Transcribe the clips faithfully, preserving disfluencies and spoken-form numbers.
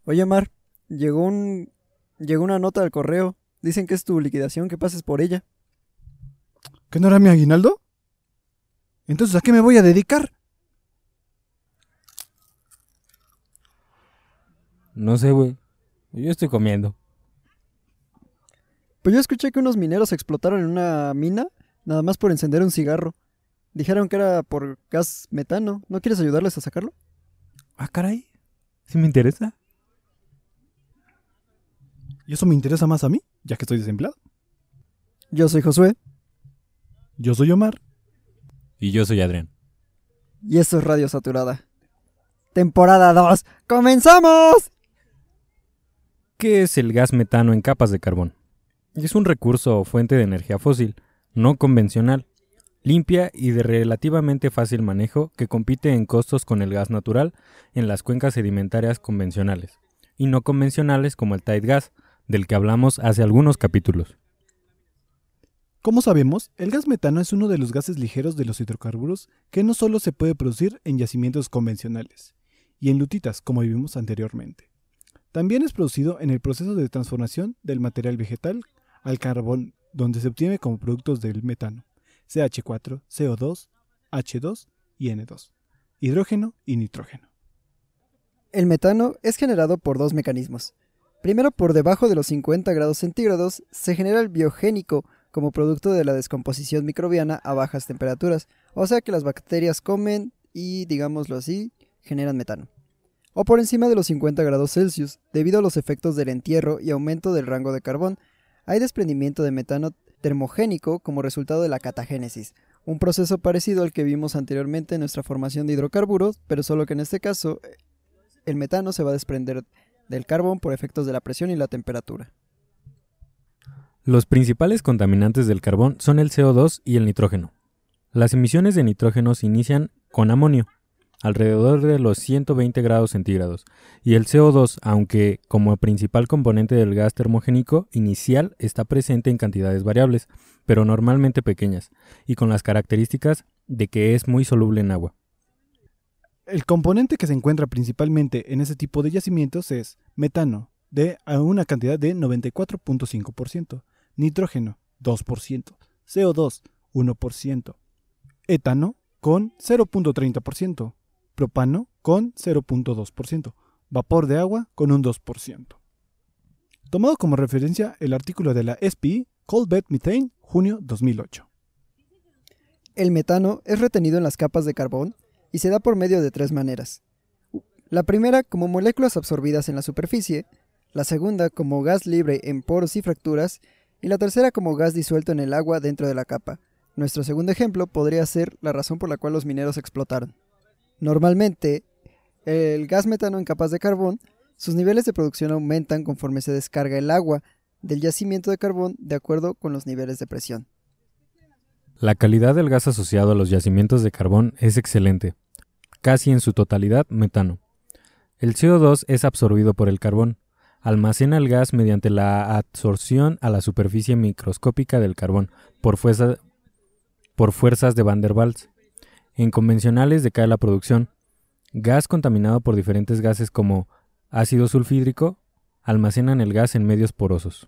Oye, Mar, llegó un... llegó una nota al correo. Dicen que es tu liquidación, que pases por ella. ¿Que no era mi aguinaldo? Entonces, ¿a qué me voy a dedicar? No sé, güey. Yo estoy comiendo. Pues yo escuché que unos mineros explotaron en una mina, nada más por encender un cigarro. Dijeron que era por gas metano. ¿No quieres ayudarles a sacarlo? Ah, caray. Sí me interesa. ¿Y eso me interesa más a mí, ya que estoy desempleado? Yo soy Josué, Yo soy Omar. Y yo soy Adrián. y esto es Radio Saturada. Temporada dos. ¡Comenzamos! ¿Qué es el gas metano en capas de carbón? Es un recurso o fuente de energía fósil, no convencional, limpia y de relativamente fácil manejo que compite en costos con el gas natural en las cuencas sedimentarias convencionales y no convencionales como el tight gas, del que hablamos hace algunos capítulos. Como sabemos, el gas metano es uno de los gases ligeros de los hidrocarburos que no solo se puede producir en yacimientos convencionales y en lutitas, como vimos anteriormente. También es producido en el proceso de transformación del material vegetal al carbón, donde se obtiene como productos del metano, C H cuatro, C O dos, H dos y N dos, hidrógeno y nitrógeno. El metano es generado por dos mecanismos. Primero, por debajo de los cincuenta grados centígrados, se genera el biogénico como producto de la descomposición microbiana a bajas temperaturas, o sea que las bacterias comen y, digámoslo así, generan metano. O por encima de los cincuenta grados Celsius, debido a los efectos del entierro y aumento del rango de carbón, hay desprendimiento de metano termogénico como resultado de la catagénesis, un proceso parecido al que vimos anteriormente en nuestra formación de hidrocarburos, pero solo que en este caso el metano se va a desprender del carbón por efectos de la presión y la temperatura. Los principales contaminantes del carbón son el C O dos y el nitrógeno. Las emisiones de nitrógeno se inician con amonio, alrededor de los ciento veinte grados centígrados, y el C O dos, aunque como principal componente del gas termogénico inicial está presente en cantidades variables, pero normalmente pequeñas, y con las características de que es muy soluble en agua. El componente que se encuentra principalmente en ese tipo de yacimientos es metano, de a una cantidad de noventa y cuatro punto cinco por ciento, nitrógeno, dos por ciento, C O dos, uno por ciento, etano con cero punto treinta por ciento, propano con cero punto dos por ciento, vapor de agua con un dos por ciento. Tomado como referencia el artículo de la S P I, Coal Bed Methane, junio dos mil ocho. El metano es retenido en las capas de carbón y se da por medio de tres maneras. La primera como moléculas absorbidas en la superficie, la segunda como gas libre en poros y fracturas, y la tercera como gas disuelto en el agua dentro de la capa. Nuestro segundo ejemplo podría ser la razón por la cual los mineros explotaron. Normalmente, el gas metano en capas de carbón, sus niveles de producción aumentan conforme se descarga el agua del yacimiento de carbón de acuerdo con los niveles de presión. La calidad del gas asociado a los yacimientos de carbón es excelente, casi en su totalidad metano. El C O dos es absorbido por el carbón. Almacena el gas mediante la adsorción a la superficie microscópica del carbón por, fuerza, por fuerzas de Van der Waals. En convencionales decae la producción. Gas contaminado por diferentes gases como ácido sulfídrico almacenan el gas en medios porosos.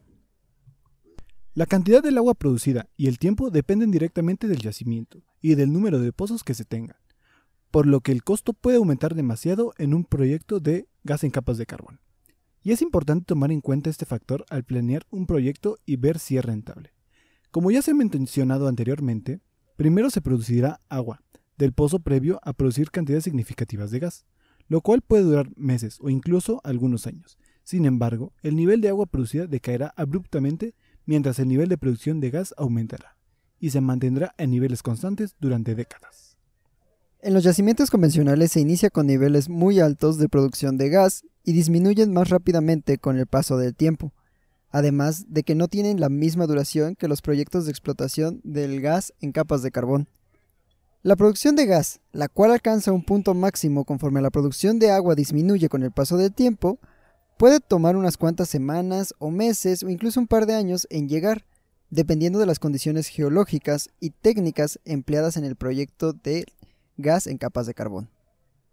La cantidad del agua producida y el tiempo dependen directamente del yacimiento y del número de pozos que se tengan, por lo que el costo puede aumentar demasiado en un proyecto de gas en capas de carbón. Y es importante tomar en cuenta este factor al planear un proyecto y ver si es rentable. Como ya se ha mencionado anteriormente, primero se producirá agua del pozo previo a producir cantidades significativas de gas, lo cual puede durar meses o incluso algunos años. Sin embargo, el nivel de agua producida decaerá abruptamente mientras el nivel de producción de gas aumentará y se mantendrá en niveles constantes durante décadas. En los yacimientos convencionales se inicia con niveles muy altos de producción de gas y disminuyen más rápidamente con el paso del tiempo, además de que no tienen la misma duración que los proyectos de explotación del gas en capas de carbón. La producción de gas, la cual alcanza un punto máximo conforme la producción de agua disminuye con el paso del tiempo, puede tomar unas cuantas semanas o meses o incluso un par de años en llegar, dependiendo de las condiciones geológicas y técnicas empleadas en el proyecto de gas en capas de carbón.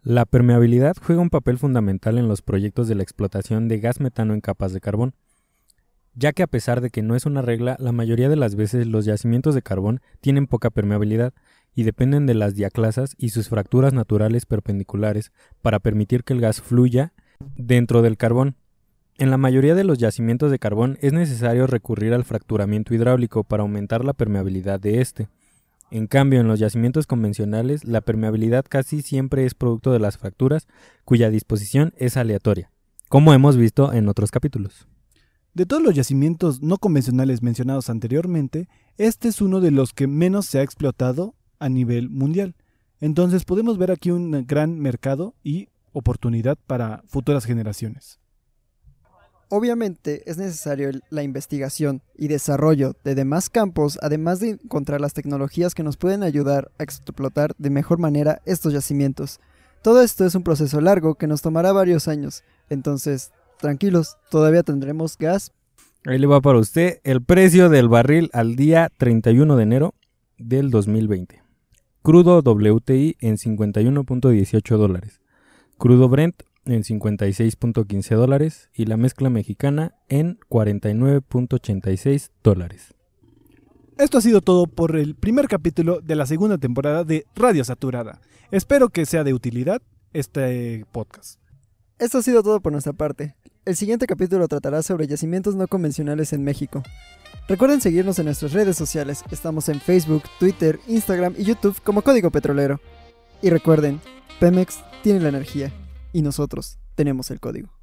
La permeabilidad juega un papel fundamental en los proyectos de la explotación de gas metano en capas de carbón, ya que a pesar de que no es una regla, la mayoría de las veces los yacimientos de carbón tienen poca permeabilidad y dependen de las diaclasas y sus fracturas naturales perpendiculares para permitir que el gas fluya dentro del carbón. En la mayoría de los yacimientos de carbón es necesario recurrir al fracturamiento hidráulico para aumentar la permeabilidad de este. En cambio, en los yacimientos convencionales, la permeabilidad casi siempre es producto de las fracturas, cuya disposición es aleatoria, como hemos visto en otros capítulos. De todos los yacimientos no convencionales mencionados anteriormente, este es uno de los que menos se ha explotado a nivel mundial. Entonces podemos ver aquí un gran mercado y oportunidad para futuras generaciones. Obviamente es necesario la investigación y desarrollo de demás campos, además de encontrar las tecnologías que nos pueden ayudar a explotar de mejor manera estos yacimientos. Todo esto es un proceso largo que nos tomará varios años, entonces tranquilos, todavía tendremos gas. Ahí le va para usted el precio del barril al día treinta y uno de enero del dos mil veinte. Crudo W T I en cincuenta y uno punto dieciocho dólares. Crudo Brent en cincuenta y seis punto quince dólares y la mezcla mexicana en cuarenta y nueve punto ochenta y seis dólares. Esto ha sido todo por el primer capítulo de la segunda temporada de Radio Saturada. Espero que sea de utilidad este podcast. Esto ha sido todo por nuestra parte. El siguiente capítulo tratará sobre yacimientos no convencionales en México. Recuerden seguirnos en nuestras redes sociales. Estamos en Facebook, Twitter, Instagram y YouTube como Código Petrolero. Y recuerden, Pemex tiene la energía y nosotros tenemos el código.